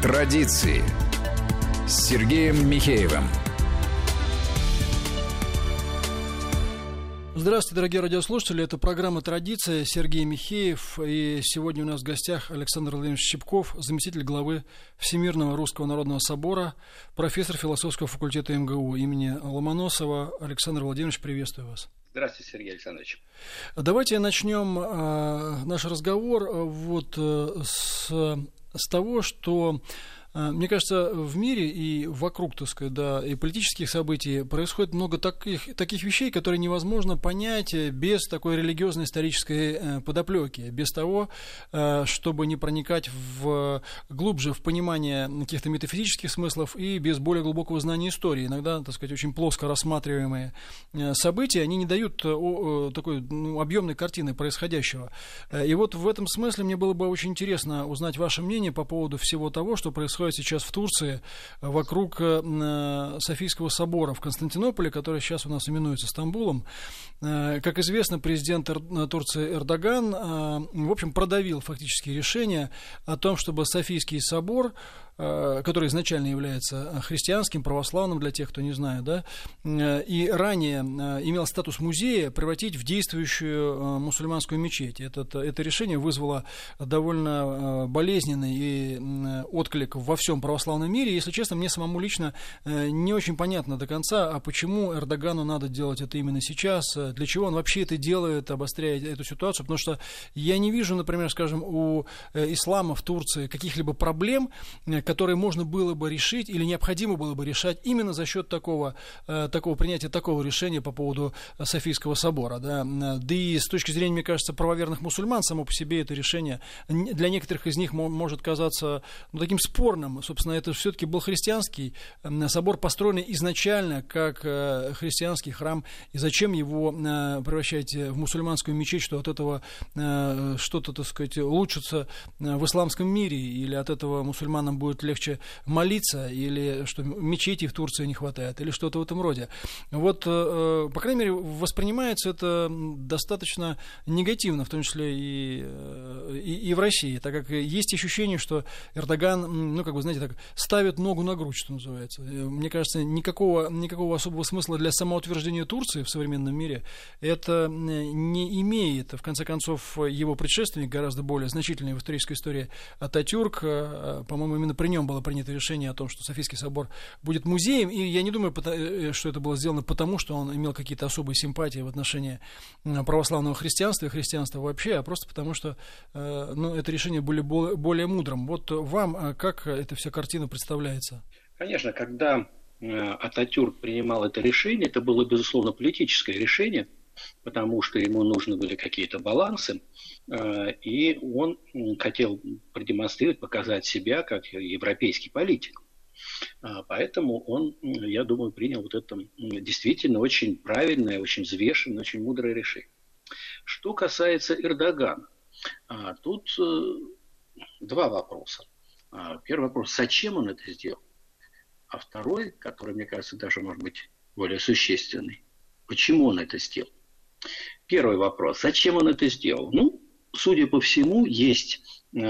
Традиции с Сергеем Михеевым. Здравствуйте, дорогие радиослушатели. Это программа «Традиция». Сергей Михеев. И сегодня у нас в гостях Александр Владимирович Щипков, заместитель главы Всемирного Русского Народного Собора, профессор философского факультета МГУ имени Ломоносова. Александр Владимирович, приветствую вас. Здравствуйте, Сергей Александрович. Давайте начнем наш разговор с того, что... Мне кажется, в мире и вокруг, так сказать, да, и политических событий происходит много таких вещей, которые невозможно понять без такой религиозной исторической подоплеки, без того, чтобы не проникать глубже в понимание каких-то метафизических смыслов и без более глубокого знания истории. Иногда, так сказать, очень плоско рассматриваемые события, они не дают такой объемной картины происходящего. И вот в этом смысле мне было бы очень интересно узнать ваше мнение по поводу всего того, что происходит сейчас в Турции вокруг Софийского собора в Константинополе, который сейчас у нас именуется Стамбулом. Как известно, президент Турции Эрдоган, в общем, продавил фактически решение о том, чтобы Софийский собор, который изначально является христианским, православным, для тех, кто не знает, да, и ранее имел статус музея, превратить в действующую мусульманскую мечеть. Это решение вызвало довольно болезненный отклик во всем православном мире. Если честно, мне самому лично не очень понятно до конца, а почему Эрдогану надо делать это именно сейчас, для чего он вообще это делает, обостряет эту ситуацию, потому что я не вижу, например, скажем, у ислама в Турции каких-либо проблем, которые можно было бы решить или необходимо было бы решать именно за счет такого принятия такого решения по поводу Софийского собора. Да и с точки зрения, мне кажется, правоверных мусульман, само по себе это решение для некоторых из них может казаться таким спорным. Собственно, это все-таки был христианский собор, построенный изначально как христианский храм. И зачем его превращать в мусульманскую мечеть, что от этого что-то, так сказать, улучшится в исламском мире, или от этого мусульманам будет легче молиться, или что мечетей в Турции не хватает, или что-то в этом роде. Вот, по крайней мере, воспринимается это достаточно негативно, в том числе и в России, так как есть ощущение, что Эрдоган, знаете, так ставит ногу на грудь, что называется. Мне кажется, никакого особого смысла для самоутверждения Турции в современном мире это не имеет. В конце концов, его предшественник, гораздо более значительный в исторической истории Ататюрк, по-моему, именно при нем было принято решение о том, что Софийский собор будет музеем, и я не думаю, что это было сделано потому, что он имел какие-то особые симпатии в отношении православного христианства и христианства вообще, а просто потому, что это решение было более мудрым. Вот вам как эта вся картина представляется? Конечно, когда Ататюрк принимал это решение, это было, безусловно, политическое решение, потому что ему нужны были какие-то балансы, и он хотел продемонстрировать, показать себя как европейский политик. Поэтому он, я думаю, принял вот это действительно очень правильное, очень взвешенное, очень мудрое решение. Что касается Эрдогана, тут два вопроса. Первый вопрос, зачем он это сделал? А второй, который, мне кажется, даже может быть более существенный, почему он это сделал? Первый вопрос, зачем он это сделал? Судя по всему, есть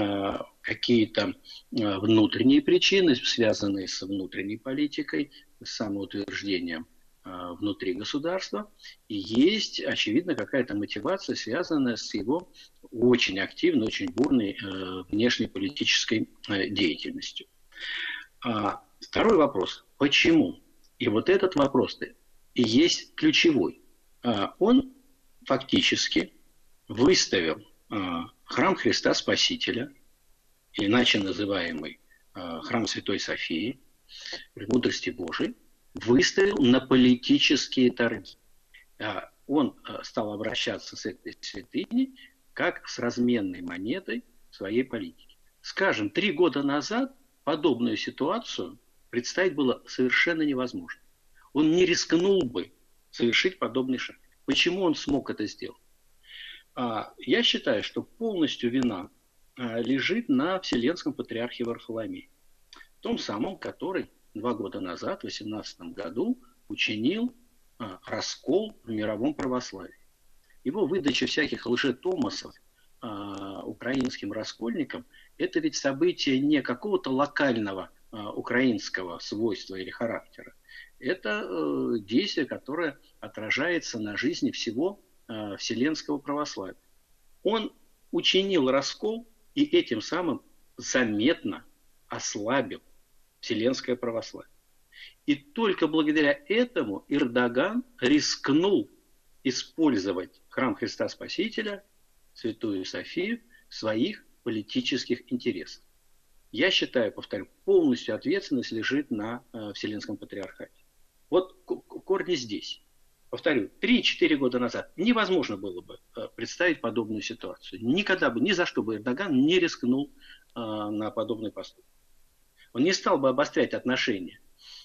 какие-то внутренние причины, связанные с внутренней политикой, с самоутверждением внутри государства, и есть, очевидно, какая-то мотивация, связанная с его очень активной, очень бурной внешнеполитической деятельностью. Второй вопрос, почему? И вот этот вопрос-то и есть ключевой. Он фактически выставил храм Христа Спасителя, иначе называемый храм Святой Софии, Премудрости Божией, выставил на политические торги. Он стал обращаться с этой святыней как с разменной монетой своей политики. Скажем, 3 года назад подобную ситуацию представить было совершенно невозможно. Он не рискнул бы совершить подобный шаг. Почему он смог это сделать? Я считаю, что полностью вина лежит на Вселенском патриархе Варфоломее. Том самом, который 2 года назад, в 2018 году, учинил раскол в мировом православии. Его выдача всяких лжетомасов украинским раскольникам, это ведь событие не какого-то локального украинского свойства или характера. Это действие, которое отражается на жизни всего вселенского православия. Он учинил раскол и этим самым заметно ослабил вселенское православие. И только благодаря этому Эрдоган рискнул использовать храм Христа Спасителя, Святую Софию, в своих политических интересах. Я считаю, повторю, полностью ответственность лежит на Вселенском Патриархате. Вот корни здесь. Повторю, 3-4 года назад невозможно было бы представить подобную ситуацию. Никогда бы, ни за что бы Эрдоган не рискнул на подобный поступок. Он не стал бы обострять отношения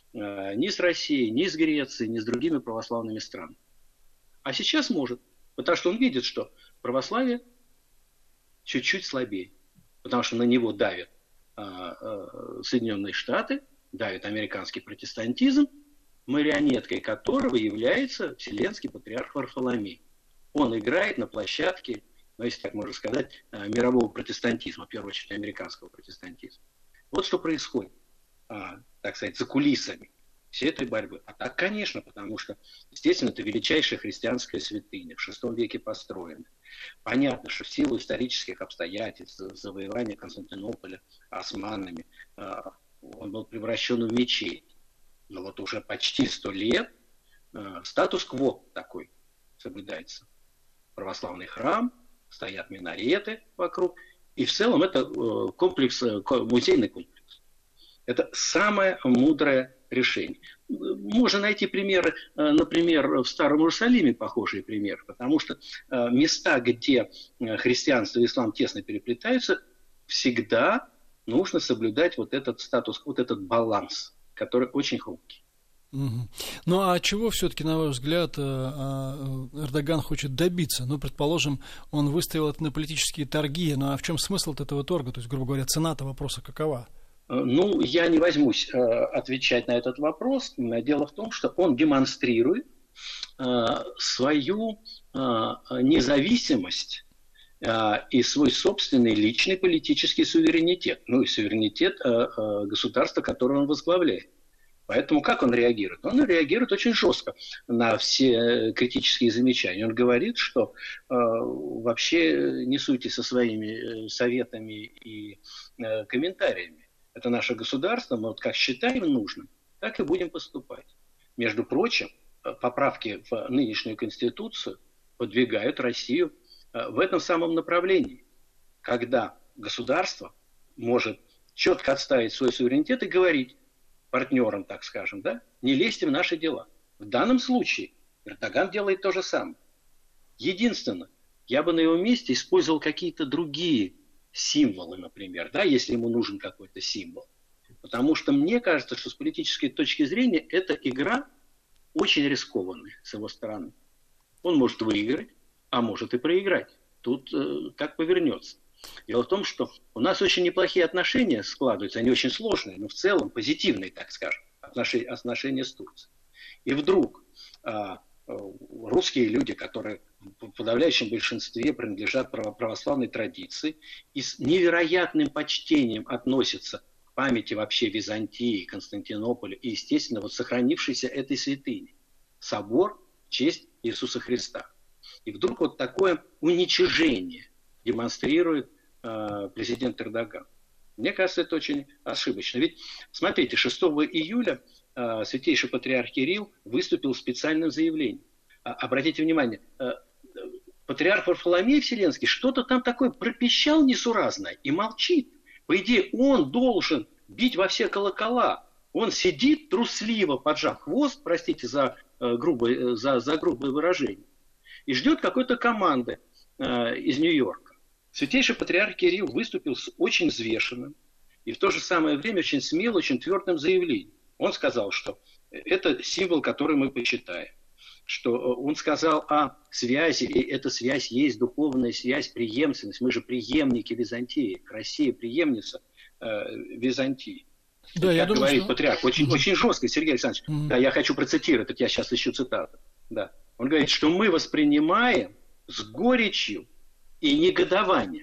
ни с Россией, ни с Грецией, ни с другими православными странами. А сейчас может, потому что он видит, что православие чуть-чуть слабее, потому что на него давят Соединенные Штаты, давит американский протестантизм, марионеткой которого является Вселенский Патриарх Варфоломей. Он играет на площадке, если так можно сказать, мирового протестантизма, в первую очередь американского протестантизма. Вот что происходит, так сказать, за кулисами всей этой борьбы. А так, конечно, потому что, естественно, это величайшая христианская святыня, в VI веке построена. Понятно, что в силу исторических обстоятельств, завоевания Константинополя османами, он был превращен в мечеть. Но вот уже почти 100 лет статус-кво такой соблюдается. Православный храм, стоят минареты вокруг, и в целом это комплекс, музейный комплекс. Это самое мудрое решение. Можно найти примеры, например, в Старом Иерусалиме похожие примеры, потому что места, где христианство и ислам тесно переплетаются, всегда нужно соблюдать вот этот статус, вот этот баланс, который очень хрупкий. Угу. Ну а чего все-таки, на ваш взгляд, Эрдоган хочет добиться? Ну, предположим, он выставил это на политические торги, ну а в чем смысл этого торга? То есть, грубо говоря, цена-то вопроса какова? Ну, я не возьмусь отвечать на этот вопрос. Дело в том, что он демонстрирует свою независимость и свой собственный личный политический суверенитет. Ну и суверенитет государства, которое он возглавляет. Поэтому как он реагирует? Он реагирует очень жестко на все критические замечания. Он говорит, что вообще не суйтесь со своими советами и комментариями. Это наше государство, мы вот как считаем нужным, так и будем поступать. Между прочим, поправки в нынешнюю Конституцию подвигают Россию в этом самом направлении, когда государство может четко отставить свой суверенитет и говорить партнерам, так скажем, да, не лезьте в наши дела. В данном случае Эрдоган делает то же самое. Единственное, я бы на его месте использовал какие-то другие символы, например, да, если ему нужен какой-то символ. Потому что мне кажется, что с политической точки зрения эта игра очень рискованная с его стороны. Он может выиграть, а может и проиграть. Тут как повернется. Дело в том, что у нас очень неплохие отношения складываются, они очень сложные, но в целом позитивные, так скажем, отношения с Турцией. И вдруг русские люди, которые в подавляющем большинстве принадлежат православной традиции и с невероятным почтением относятся к памяти вообще Византии, Константинополя и, естественно, вот сохранившейся этой святыни. Собор в честь Иисуса Христа. И вдруг вот такое уничижение демонстрирует президент Эрдоган. Мне кажется, это очень ошибочно. Ведь, смотрите, 6 июля Святейший Патриарх Кирилл выступил с специальным заявлением. Обратите внимание, Патриарх Варфоломей Вселенский что-то там такое пропищал несуразное и молчит. По идее, он должен бить во все колокола. Он сидит трусливо, поджав хвост, простите за грубое выражение, и ждет какой-то команды из Нью-Йорка. Святейший Патриарх Кирилл выступил с очень взвешенным и в то же самое время очень смелым, очень твердым заявлением. Он сказал, что это символ, который мы почитаем. Что он сказал о связи, и эта связь есть духовная связь, преемственность. Мы же преемники Византии. Россия преемница Византии. Да, я думаю, говорит что... патриарх, очень жестко, Сергей Александрович. Да, я хочу процитировать, так я сейчас ищу цитату. Да. Он говорит, что мы воспринимаем с горечью и негодование.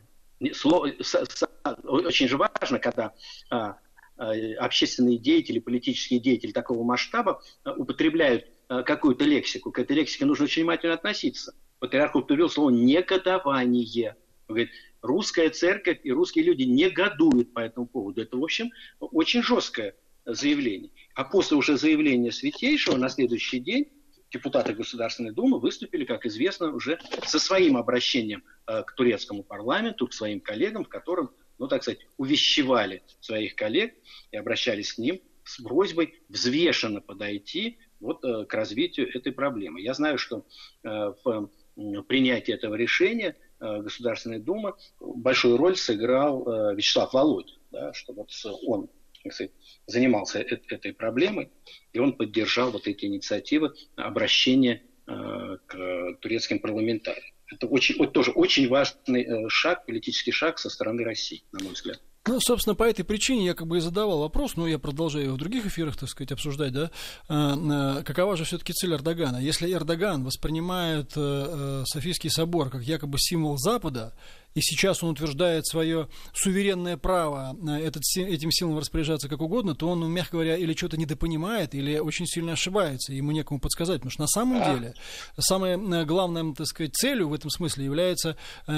Очень же важно, когда общественные деятели, политические деятели такого масштаба употребляют какую-то лексику. К этой лексике нужно очень внимательно относиться. Патриарх употребил слово «негодование». Он говорит, русская церковь и русские люди негодуют по этому поводу. Это, в общем, очень жесткое заявление. А после уже заявления Святейшего на следующий день депутаты Государственной Думы выступили, как известно, уже со своим обращением к турецкому парламенту, к своим коллегам, в котором, так сказать, увещевали своих коллег и обращались к ним с просьбой взвешенно подойти к развитию этой проблемы. Я знаю, что в принятии этого решения Государственной Думы большую роль сыграл Вячеслав Володин, да, что он, так сказать, занимался этой проблемой, и он поддержал эти инициативы обращения к турецким парламентариям. Это тоже очень важный шаг, политический шаг со стороны России, на мой взгляд. Собственно, по этой причине я и задавал вопрос, я продолжаю его в других эфирах, так сказать, обсуждать, да, какова же все-таки цель Эрдогана? Если Эрдоган воспринимает Софийский собор как якобы символ Запада, и сейчас он утверждает свое суверенное право этим символом распоряжаться как угодно, то он, мягко говоря, или что-то недопонимает, или очень сильно ошибается, ему некому подсказать. Потому что на самом деле самой главной, так сказать, целью в этом смысле является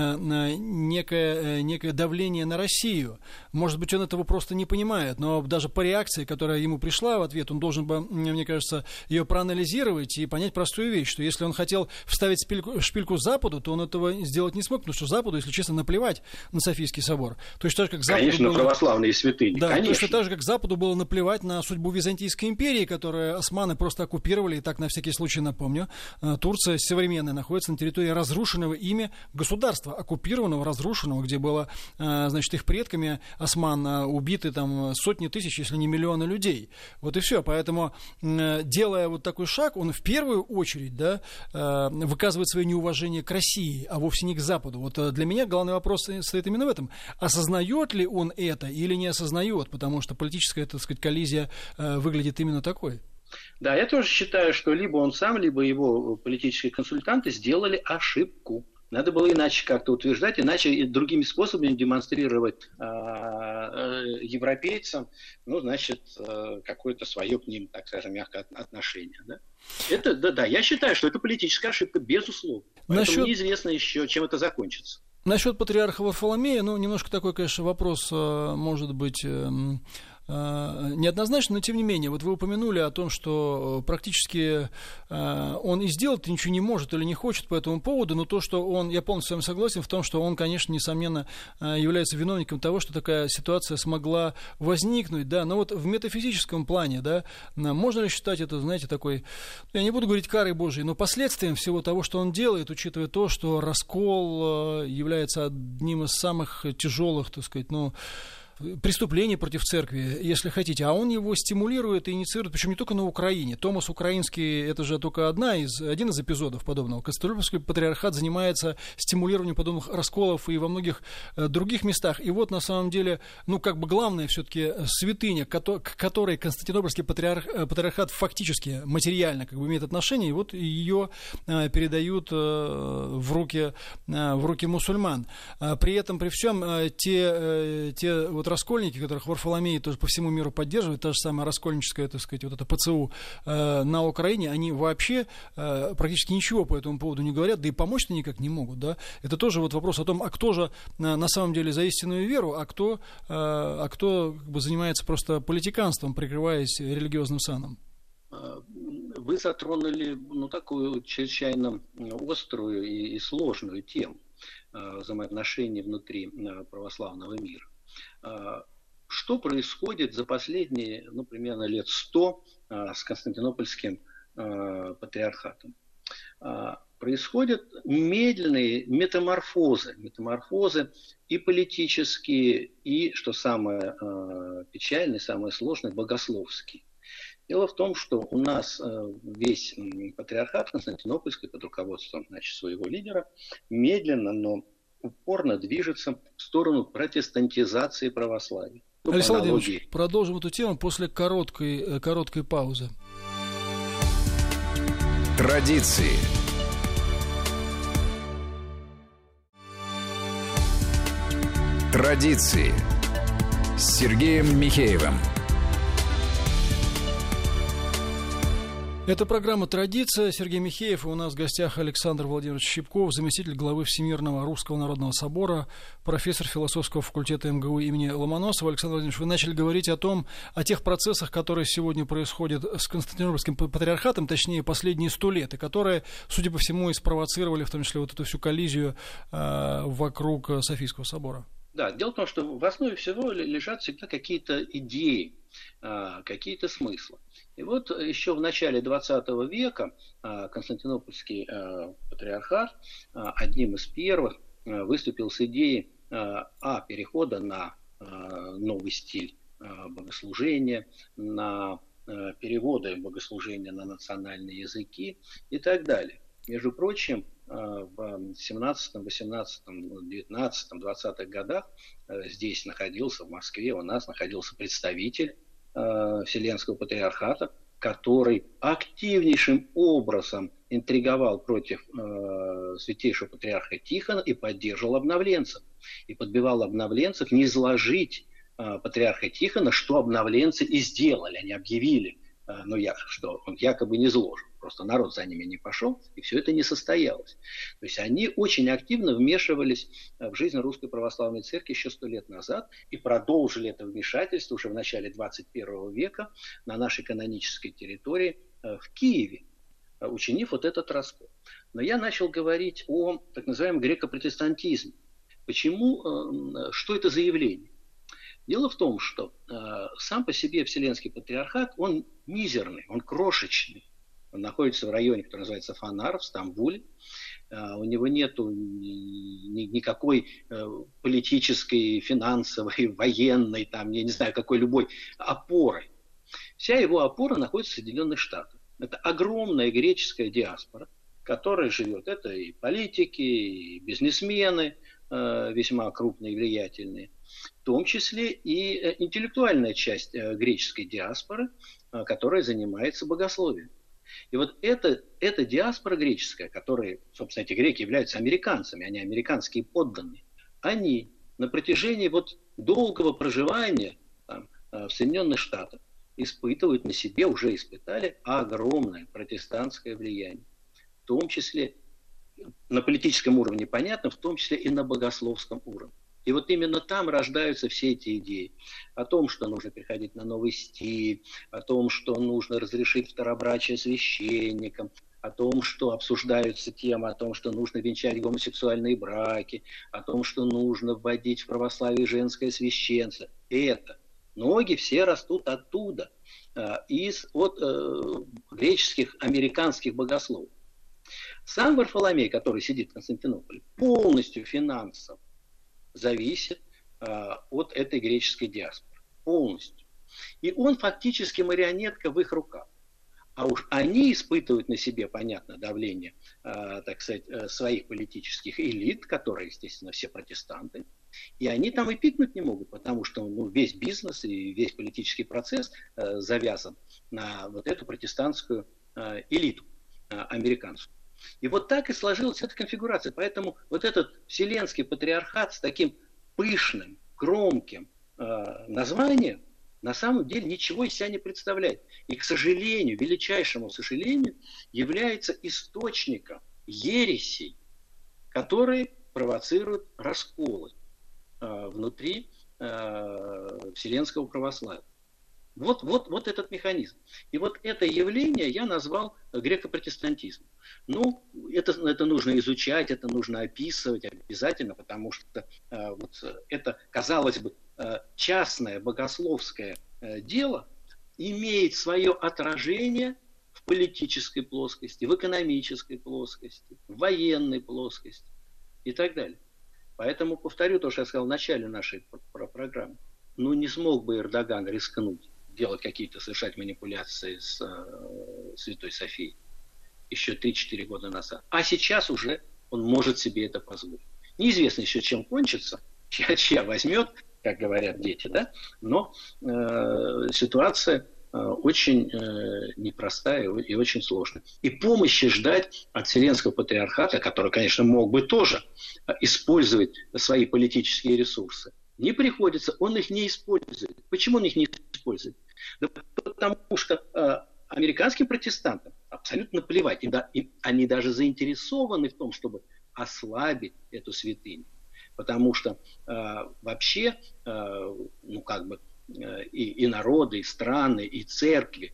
некое давление на Россию. Может быть, он этого просто не понимает, но даже по реакции, которая ему пришла в ответ, он должен бы, мне кажется, ее проанализировать и понять простую вещь, что если он хотел вставить шпильку Западу, то он этого сделать не смог, потому что Западу, если честно, наплевать на Софийский собор. Точно так же, как Западу конечно, православные святыни. Да, конечно. точно так же, как Западу было наплевать на судьбу Византийской империи, которую османы просто оккупировали, и так на всякий случай напомню. Турция современная находится на территории разрушенного ими государства, оккупированного, разрушенного, где было, значит, их предками осман убиты там сотни тысяч, если не миллионы людей. Вот и все. Поэтому, делая такой шаг, он в первую очередь, да, выказывает свое неуважение к России, а вовсе не к Западу. Для меня главный вопрос стоит именно в этом. Осознает ли он это или не осознает? Потому что политическая, так сказать, коллизия выглядит именно такой. Да, я тоже считаю, что либо он сам, либо его политические консультанты сделали ошибку. Надо было иначе как-то утверждать, иначе и другими способами демонстрировать европейцам, какое-то свое к ним, так скажем, мягкое отношение. Да? Я считаю, что это политическая ошибка, безусловно. Поэтому неизвестно еще, чем это закончится. Насчет патриарха Варфоломея, немножко такой, конечно, вопрос, может быть, неоднозначно, но тем не менее, вы упомянули о том, что практически он и сделать ничего не может или не хочет по этому поводу, но то, что он, я полностью с вами согласен в том, что он, конечно, несомненно, является виновником того, что такая ситуация смогла возникнуть, да, но в метафизическом плане, да, можно ли считать это, знаете, такой, я не буду говорить карой Божией, но последствием всего того, что он делает, учитывая то, что раскол является одним из самых тяжелых, так сказать, преступление против церкви, если хотите, а он его стимулирует и инициирует, причем не только на Украине. Томас Украинский, это же только один из эпизодов подобного. Константинопольский патриархат занимается стимулированием подобных расколов и во многих других местах. И на самом деле, главное все-таки святыня, к которой Константинопольский патриархат фактически материально имеет отношение, и ее передают в руки мусульман. При этом, при всем, те раскольники, которых Варфоломей тоже по всему миру поддерживает, та же самая раскольническая, так сказать, это ПЦУ на Украине, они вообще практически ничего по этому поводу не говорят, да и помочь-то никак не могут, да. Это тоже вопрос о том, а кто же на самом деле за истинную веру, а кто занимается просто политиканством, прикрываясь религиозным саном. Вы затронули такую чрезвычайно острую и сложную тему взаимоотношений внутри православного мира. Что происходит за последние, примерно лет 100 с Константинопольским патриархатом? Происходят медленные метаморфозы и политические, и, что самое печальное, самое сложное, богословские. Дело в том, что у нас весь патриархат Константинопольский под руководством, своего лидера медленно, но упорно движется в сторону протестантизации православия. Александр Владимирович, продолжим эту тему после короткой паузы. Традиции. Традиции с Сергеем Михеевым. Это программа «Традиция». Сергей Михеев. И у нас в гостях Александр Владимирович Щипков, заместитель главы Всемирного Русского Народного Собора, профессор философского факультета МГУ имени Ломоносова. Александр Владимирович, вы начали говорить о тех процессах, которые сегодня происходят с Константинопольским патриархатом, точнее, последние 100 лет, и которые, судя по всему, и спровоцировали, в том числе, вот эту всю коллизию вокруг Софийского собора. Да, дело в том, что в основе всего лежат всегда какие-то идеи, какие-то смыслы. И вот еще в начале 20 века Константинопольский патриархат одним из первых выступил с идеей перехода на новый стиль богослужения, на переводы богослужения на национальные языки и так далее. Между прочим, в 17, 18, 19, 20-х годах здесь находился, в Москве, у нас находился представитель Вселенского патриархата, который активнейшим образом интриговал против святейшего патриарха Тихона и поддерживал обновленцев. И подбивал обновленцев не изложить патриарха Тихона, что обновленцы и сделали. Они объявили, что он якобы не изложен. Просто народ за ними не пошел, и все это не состоялось. То есть они очень активно вмешивались в жизнь Русской Православной Церкви еще 100 лет назад и продолжили это вмешательство уже в начале 21 века на нашей канонической территории в Киеве, учинив вот этот раскол. Но я начал говорить о так называемом греко-протестантизме. Почему? Что это за явление? Дело в том, что сам по себе Вселенский патриархат, он мизерный, он крошечный. Он находится в районе, который называется Фанар, в Стамбуле. У него нет никакой политической, финансовой, военной, там, я не знаю, какой любой опоры. Вся его опора находится в Соединенных Штатах. Это огромная греческая диаспора, которая живет. Это и политики, и бизнесмены, весьма крупные и влиятельные. В том числе и интеллектуальная часть греческой диаспоры, которая занимается богословием. И вот эта диаспора греческая, которые, собственно, эти греки являются американцами, они американские подданные, они на протяжении долгого проживания в Соединенных Штатах испытывают на себе, уже испытали огромное протестантское влияние. В том числе на политическом уровне, понятно, в том числе и на богословском уровне. И вот именно там рождаются все эти идеи о том, что нужно переходить на новый стиль, о том, что нужно разрешить второбрачие священникам, о том, что обсуждаются темы, о том, что нужно венчать гомосексуальные браки, о том, что нужно вводить в православие женское священство. Ноги все растут оттуда, от греческих, американских богословов. Сам Варфоломей, который сидит в Константинополе, полностью финансово зависит от этой греческой диаспоры. Полностью. И он фактически марионетка в их руках. А уж они испытывают на себе, понятно, давление, так сказать, своих политических элит, которые, естественно, все протестанты. И они там и пикнуть не могут, потому что весь бизнес и весь политический процесс завязан на вот эту протестантскую элиту американскую. И вот так и сложилась эта конфигурация. Поэтому вот этот Вселенский патриархат с таким пышным, громким названием на самом деле ничего из себя не представляет. И, к сожалению, величайшему сожалению, является источником ересей, которые провоцируют расколы внутри вселенского православия. Вот этот механизм. И вот это явление я назвал греко-протестантизмом. Это нужно изучать, это нужно описывать обязательно, потому что это, казалось бы, частное богословское дело имеет свое отражение в политической плоскости, в экономической плоскости, в военной плоскости и так далее. Поэтому повторю то, что я сказал в начале нашей программы. Не смог бы Эрдоган рискнуть делать какие-то, совершать манипуляции с Святой Софией еще 3-4 года назад. А сейчас уже он может себе это позволить. Неизвестно еще, чем кончится, чья возьмет, как говорят дети, да? Но ситуация очень непростая и очень сложная. И помощи ждать от Вселенского патриархата, который, конечно, мог бы тоже использовать свои политические ресурсы, Не приходится, он их не использует. Почему он их не использует? Да потому что американским протестантам абсолютно плевать. Они даже заинтересованы в том, чтобы ослабить эту святыню. Потому что вообще, и народы, и страны, и церкви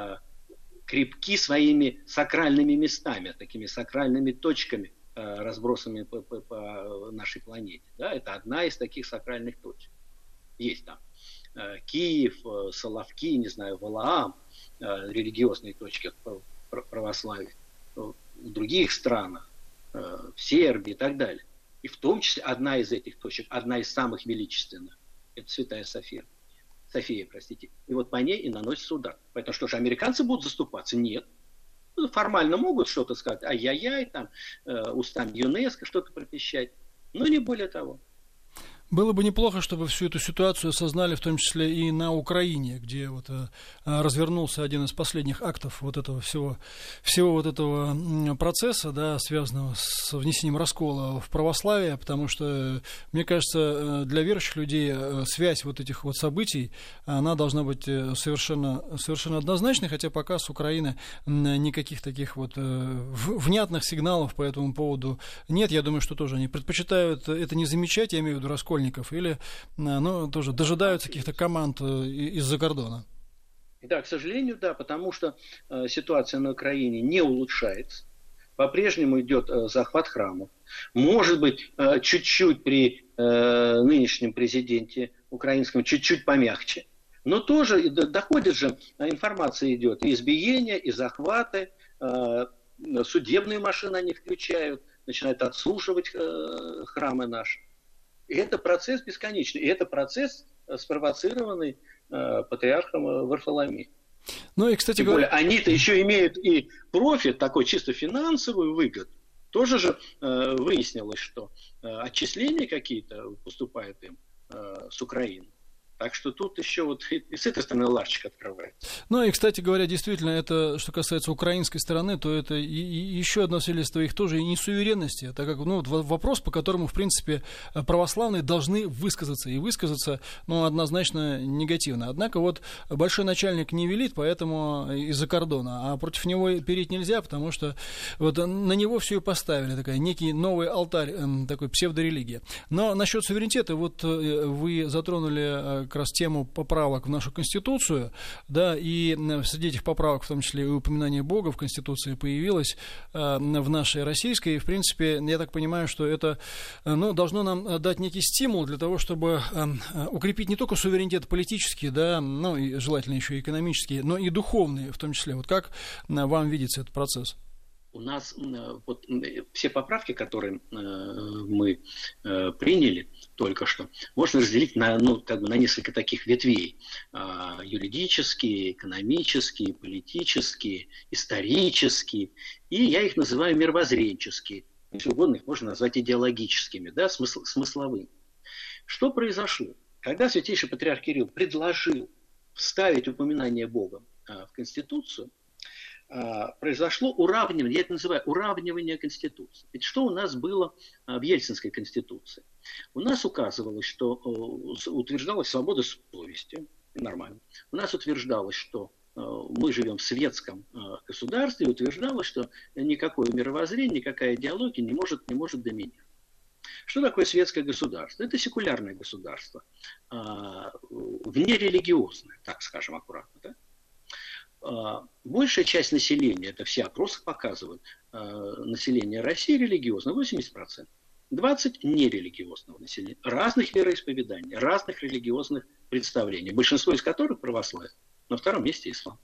крепки своими сакральными местами, такими сакральными точками, разбросанными по нашей планете. Да? Это одна из таких сакральных точек. Есть там Киев, Соловки, не знаю, Валаам, религиозные точки православия, в других странах, в Сербии и так далее. И в том числе одна из этих точек, одна из самых величественных, это Святая София. И вот по ней и наносится удар. Поэтому что же, американцы будут заступаться? Нет. Формально могут что-то сказать, ай-яй-яй, там, устами ЮНЕСКО что-то пропищать, но не более того. Было бы неплохо, чтобы всю эту ситуацию осознали, в том числе и на Украине, где вот развернулся один из последних актов вот этого всего вот этого процесса, да, связанного с внесением раскола в православие, потому что, мне кажется, для верующих людей связь вот этих вот событий, она должна быть совершенно однозначной, хотя пока с Украины никаких таких вот внятных сигналов по этому поводу нет. Я думаю, что тоже они предпочитают это не замечать, я имею в виду раскол, или тоже дожидаются каких-то команд из-за кордона. Да, к сожалению, да, потому что ситуация на Украине не улучшается. По-прежнему идет захват храмов. Может быть, чуть-чуть при нынешнем президенте украинском чуть-чуть помягче. Но тоже доходит же, информация идет, и избиения, и захваты, судебные машины они включают, начинают отслушивать храмы наши. И это процесс бесконечный. И это процесс, спровоцированный патриархом Варфоломеем. Ну и, кстати говоря, они-то еще имеют и профит, такой чисто финансовую выгоду. Тоже же выяснилось, что отчисления какие-то поступают им с Украины. Так что тут еще вот и с этой стороны ларчик открывается. Ну и, кстати говоря, действительно, это, что касается украинской стороны, то это и еще одно свидетельство их тоже и несуверенности, так как вопрос, по которому, в принципе, православные должны высказаться, и высказаться, однозначно негативно. Однако вот большой начальник не велит, поэтому из-за кордона, а против него переть нельзя, потому что вот на него все и поставили, такой некий новый алтарь, такой псевдорелигия. Но насчет суверенитета, вот вы затронули как раз тему поправок в нашу Конституцию, да, и среди этих поправок, в том числе и упоминание Бога в Конституции появилось в нашей российской, и, в принципе, я так понимаю, что это должно нам дать некий стимул для того, чтобы укрепить не только суверенитет политический, да, и желательно еще и экономический, но и духовный в том числе. Вот как вам видится этот процесс? У нас вот все поправки, которые мы приняли только что, можно разделить на несколько таких ветвей. Юридические, экономические, политические, исторические. И я их называю мировоззренческие. Если угодно, их можно назвать идеологическими, да, смысловыми. Что произошло? Когда Святейший Патриарх Кирилл предложил вставить упоминание Бога в Конституцию, произошло уравнивание, я это называю уравнивание Конституции. Ведь что у нас было в Ельцинской Конституции? У нас указывалось, что утверждалась свобода совести, нормально. У нас утверждалось, что мы живем в светском государстве, и утверждалось, что никакое мировоззрение, никакая идеология не может доминировать. Что такое светское государство? Это секулярное государство, внерелигиозное, так скажем аккуратно, да? Большая часть населения, это все опросы показывают, население России религиозно, 80%. 20% нерелигиозного населения, разных вероисповеданий, разных религиозных представлений, большинство из которых православие, на втором месте ислам.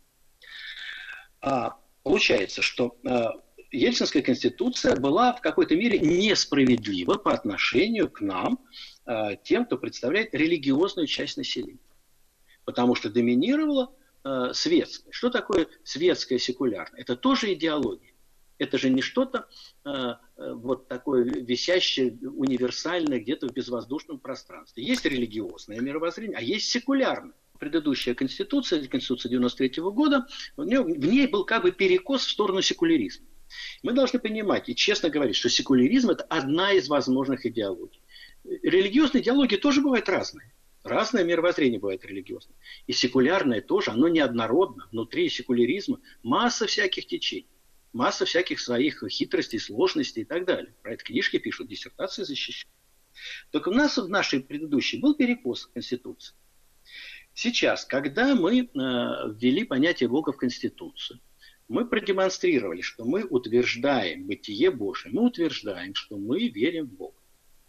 Получается, что Ельцинская конституция была в какой-то мере несправедлива по отношению к нам, тем, кто представляет религиозную часть населения. Потому что доминировала светское. Что такое светское секулярное? Это тоже идеология. Это же не что-то вот такое висящее, универсальное где-то в безвоздушном пространстве. Есть религиозное мировоззрение, а есть секулярное. Предыдущая конституция 93 года, в ней был как бы перекос в сторону секуляризма. Мы должны понимать и честно говорить, что секуляризм – это одна из возможных идеологий. религиозные идеологии тоже бывают разные. Разное мировоззрение бывает религиозное. И секулярное тоже, оно неоднородно. Внутри секуляризма масса всяких течений. Масса всяких своих хитростей, сложностей и так далее. Про это книжки пишут, диссертации защищают. Только у нас в нашей предыдущей был перекос Конституции. Сейчас, когда мы ввели понятие Бога в Конституцию, мы продемонстрировали, что мы утверждаем бытие Божие, мы утверждаем, что мы верим в Бога.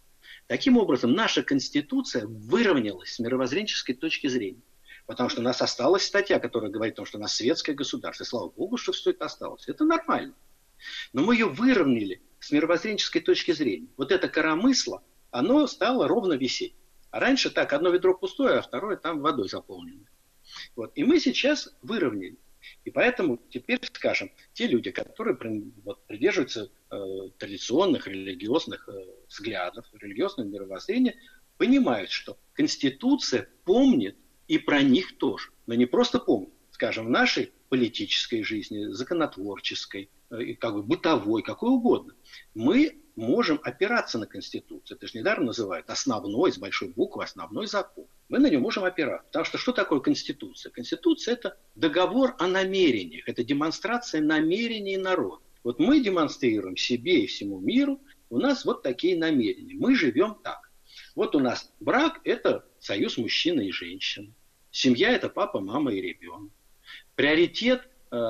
Таким образом, наша Конституция выровнялась с мировоззренческой точки зрения. Потому что у нас осталась статья, которая говорит о том, что у нас светское государство. И слава Богу, что все это осталось. Это нормально. Но мы ее выровняли с мировоззренческой точки зрения. Вот это коромысло, оно стало ровно висеть. А раньше так, одно ведро пустое, а второе там водой заполнено. Вот. И мы сейчас выровняли. И поэтому теперь, скажем, те люди, которые придерживаются традиционных религиозных взглядов, религиозного мировоззрения, понимают, что Конституция помнит и про них тоже. Но не просто помнит. Скажем, в нашей политической жизни, законотворческой, бытовой, какой угодно, мы можем опираться на Конституцию. Это же недаром называют основной, с большой буквы, основной закон. Мы на него можем опираться. Потому что такое Конституция? Конституция – это договор о намерениях, это демонстрация намерений народа. Вот мы демонстрируем себе и всему миру, у нас вот такие намерения. Мы живем так. Вот у нас брак – это союз мужчины и женщины. Семья – это папа, мама и ребенок. Приоритет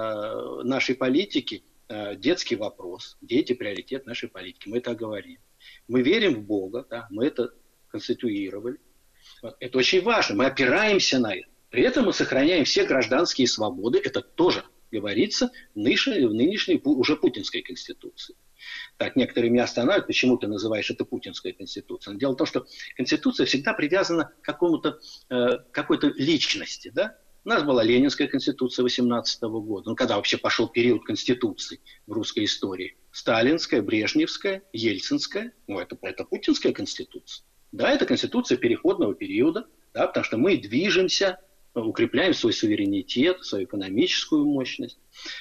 нашей политики – детский вопрос. Дети – приоритет нашей политики. Мы это говорим. Мы верим в Бога, да, мы это конституировали. Это очень важно. Мы опираемся на это. При этом мы сохраняем все гражданские свободы. Это тоже говорится в нынешней уже путинской конституции. Так, некоторые меня останавливают, почему ты называешь это путинской конституцией. Но дело в том, что конституция всегда привязана к какой-то личности. Да? У нас была Ленинская конституция 18 года. Ну, когда вообще пошел период конституций в русской истории? Сталинская, Брежневская, Ельцинская. Ну, это путинская конституция. Да, это конституция переходного периода, да, потому что мы движемся, укрепляем свой суверенитет, свою экономическую мощность.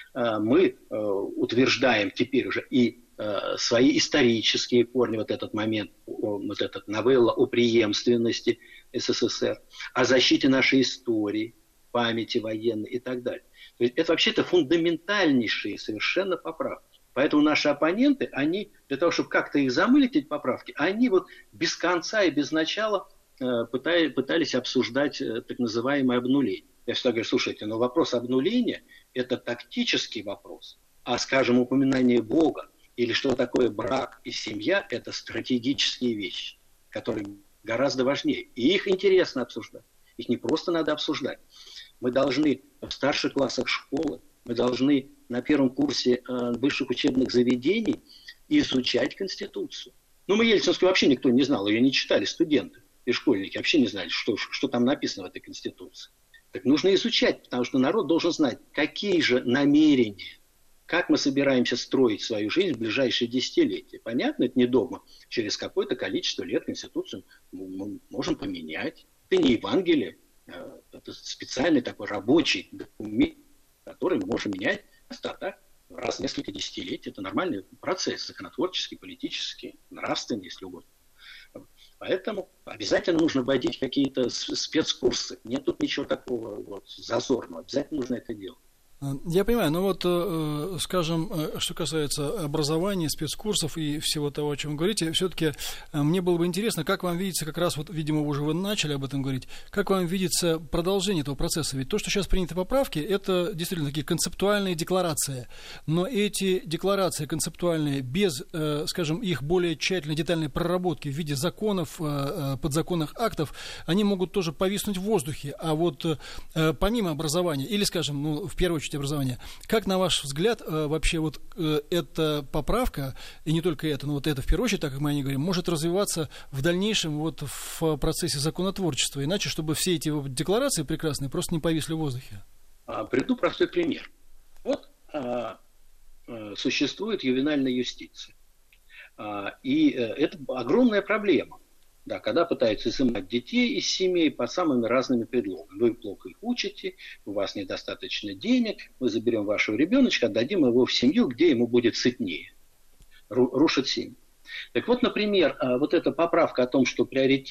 Мы утверждаем теперь уже и свои исторические корни, вот этот момент, вот эта новелла о преемственности СССР, о защите нашей истории, памяти военной и так далее. То есть это вообще-то фундаментальнейшие совершенно поправки. Поэтому наши оппоненты, они для того, чтобы как-то их замылить, эти поправки, они вот без конца и без начала пытались обсуждать так называемое обнуление. Я всегда говорю, слушайте, но вопрос обнуления – это тактический вопрос. А, скажем, упоминание Бога или что такое брак и семья – это стратегические вещи, которые гораздо важнее. И их интересно обсуждать. Их не просто надо обсуждать. Мы должны в старших классах школы, мы должны на первом курсе высших учебных заведений изучать Конституцию. Ну, мы Ельцинскую вообще никто не знал, ее не читали студенты и школьники, вообще не знали, что там написано в этой Конституции. Так нужно изучать, потому что народ должен знать, какие же намерения, как мы собираемся строить свою жизнь в ближайшие десятилетия. Понятно, это не догма. Через какое-то количество лет Конституцию мы можем поменять. Это не Евангелие, это специальный такой рабочий документ, который мы можем менять так, раз в несколько десятилетий. Это нормальный процесс, законотворческий, политический, нравственный, если угодно. Поэтому обязательно нужно вводить какие-то спецкурсы. Нет тут ничего такого зазорного. Обязательно нужно это делать. Я понимаю, но вот, скажем, что касается образования, спецкурсов и всего того, о чем вы говорите, все-таки мне было бы интересно, как вам видится, как раз вот, видимо, уже вы начали об этом говорить, как вам видится продолжение этого процесса? Ведь то, что сейчас приняты поправки, это действительно такие концептуальные декларации, но эти декларации концептуальные без, скажем, их более тщательной, детальной проработки в виде законов, подзаконных актов, они могут тоже повиснуть в воздухе. А вот помимо образования, или, скажем, ну, в первую очередь образования, как, на ваш взгляд, вообще вот эта поправка, и не только это, но вот это в первую очередь, так как мы о ней говорим, может развиваться в дальнейшем вот в процессе законотворчества, иначе, чтобы все эти декларации прекрасные просто не повисли в воздухе? Приведу простой пример. Вот существует ювенальная юстиция. И это огромная проблема. Да, когда пытаются изымать детей из семей под самыми разными предлогами. Вы плохо их учите, у вас недостаточно денег, мы заберем вашего ребеночка, отдадим его в семью, где ему будет сытнее. Рушат семью. Так вот, например, вот эта поправка о том, что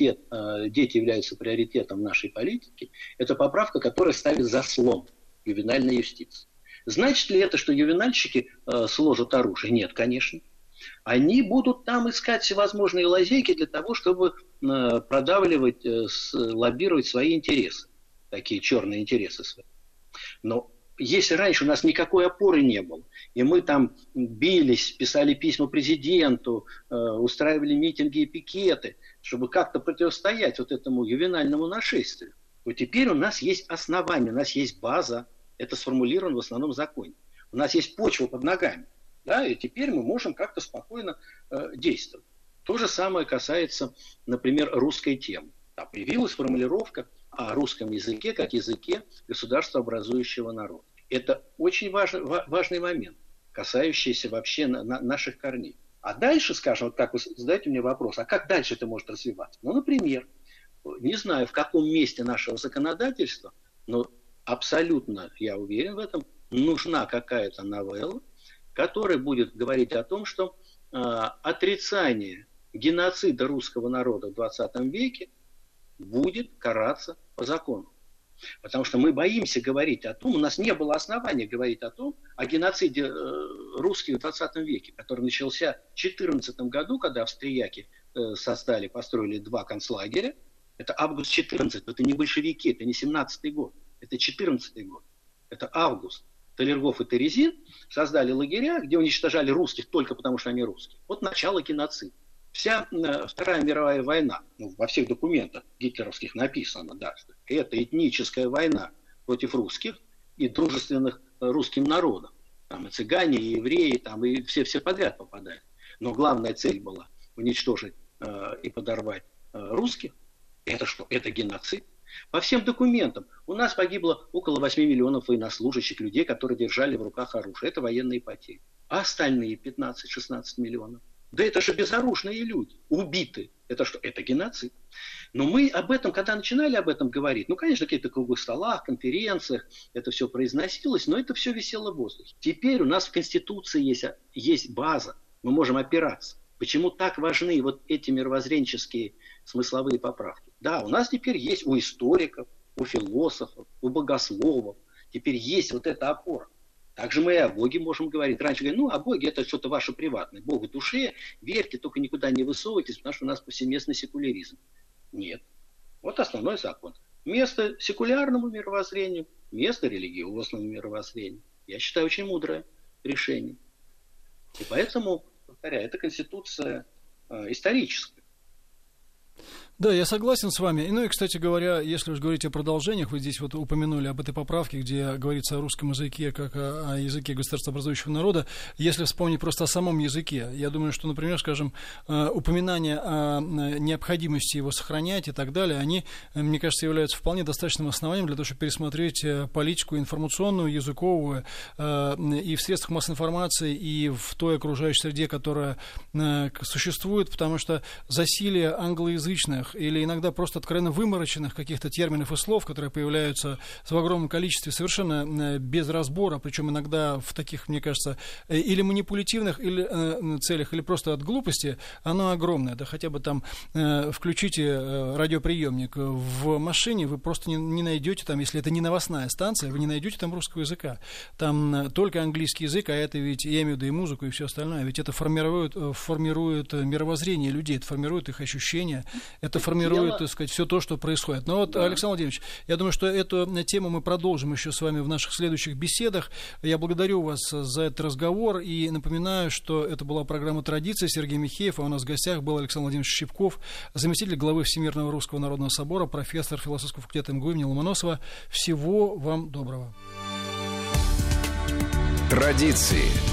дети являются приоритетом нашей политики, это поправка, которая ставит заслон ювенальной юстиции. Значит ли это, что ювенальщики сложат оружие? Нет, конечно. Они будут там искать всевозможные лазейки для того, чтобы продавливать, лоббировать свои интересы, такие черные интересы свои. Но если раньше у нас никакой опоры не было, и мы там бились, писали письма президенту, устраивали митинги и пикеты, чтобы как-то противостоять вот этому ювенальному нашествию, то теперь у нас есть основания, у нас есть база, это сформулировано в основном законе. У нас есть почва под ногами, да, и теперь мы можем как-то спокойно действовать. То же самое касается, например, русской темы. Там появилась формулировка о русском языке как языке государствообразующего народа. Это очень важный момент, касающийся вообще наших корней. А дальше, скажем, вот как вы задаете мне вопрос, а как дальше это может развиваться? Ну, например, не знаю, в каком месте нашего законодательства, но абсолютно, я уверен в этом, нужна какая-то новелла, которая будет говорить о том, что отрицание геноцида русского народа в 20 веке будет караться по закону. Потому что мы боимся говорить о том, у нас не было основания говорить о том, о геноциде русских в 20 веке, который начался в 14 году, когда австрияки построили 2 концлагеря. Это август 14, это не большевики, это не 17-й год, это 14-й год, это август. Талергов и Терезин создали лагеря, где уничтожали русских только потому, что они русские. Вот начало геноцида. Вся Вторая мировая война, во всех документах гитлеровских написано, да, что это этническая война против русских и дружественных русским народам. Там и цыгане, и евреи, там и все подряд попадают. Но главная цель была уничтожить и подорвать русских. Это что? Это геноцид. По всем документам у нас погибло около 8 миллионов военнослужащих, людей, которые держали в руках оружие. Это военные потери. А остальные 15-16 миллионов? Да это же безоружные люди, убиты. Это что? Это геноцид. Но мы об этом, когда начинали об этом говорить, ну, конечно, в каких-то круглых столах, конференциях это все произносилось, но это все висело в воздухе. Теперь у нас в Конституции есть база, мы можем опираться. Почему так важны вот эти мировоззренческие смысловые поправки? Да, у нас теперь есть у историков, у философов, у богословов, теперь есть вот эта опора. Также мы и о Боге можем говорить. Раньше говорили, о Боге это что-то ваше приватное. Богу душе, верьте, только никуда не высовывайтесь, потому что у нас повсеместный секуляризм. Нет. Вот основной закон. Место секулярному мировоззрению, место религиозному мировоззрению. Я считаю, очень мудрое решение. И поэтому, повторяю, это конституция историческая. Да, я согласен с вами. Ну и, кстати говоря, если уж говорить о продолжениях, вы здесь вот упомянули об этой поправке, где говорится о русском языке как о языке государствообразующего народа. Если вспомнить просто о самом языке, я думаю, что, например, скажем, упоминания о необходимости его сохранять и так далее, они, мне кажется, являются вполне достаточным основанием для того, чтобы пересмотреть политику информационную, языковую и в средствах массовой информации, и в той окружающей среде, которая существует, потому что засилие англоязычных или иногда просто откровенно вымороченных каких-то терминов и слов, которые появляются в огромном количестве совершенно без разбора, причем иногда в таких, мне кажется, или манипулятивных или целях, или просто от глупости, оно огромное. Да хотя бы там включите радиоприемник в машине, вы просто не найдете там, если это не новостная станция, вы не найдете там русского языка. Там только английский язык, а это ведь, я имею в виду и музыку, и все остальное, ведь это формирует мировоззрение людей, это формирует их ощущения, это формирует, так сказать, все то, что происходит. Но вот, да. Александр Владимирович, я думаю, что эту тему мы продолжим еще с вами в наших следующих беседах. Я благодарю вас за этот разговор и напоминаю, что это была программа «Традиция». Сергей Михеев, а у нас в гостях был Александр Владимирович Щипков, заместитель главы Всемирного Русского Народного Собора, профессор философского факультета МГУ имени Ломоносова. Всего вам доброго. Традиции.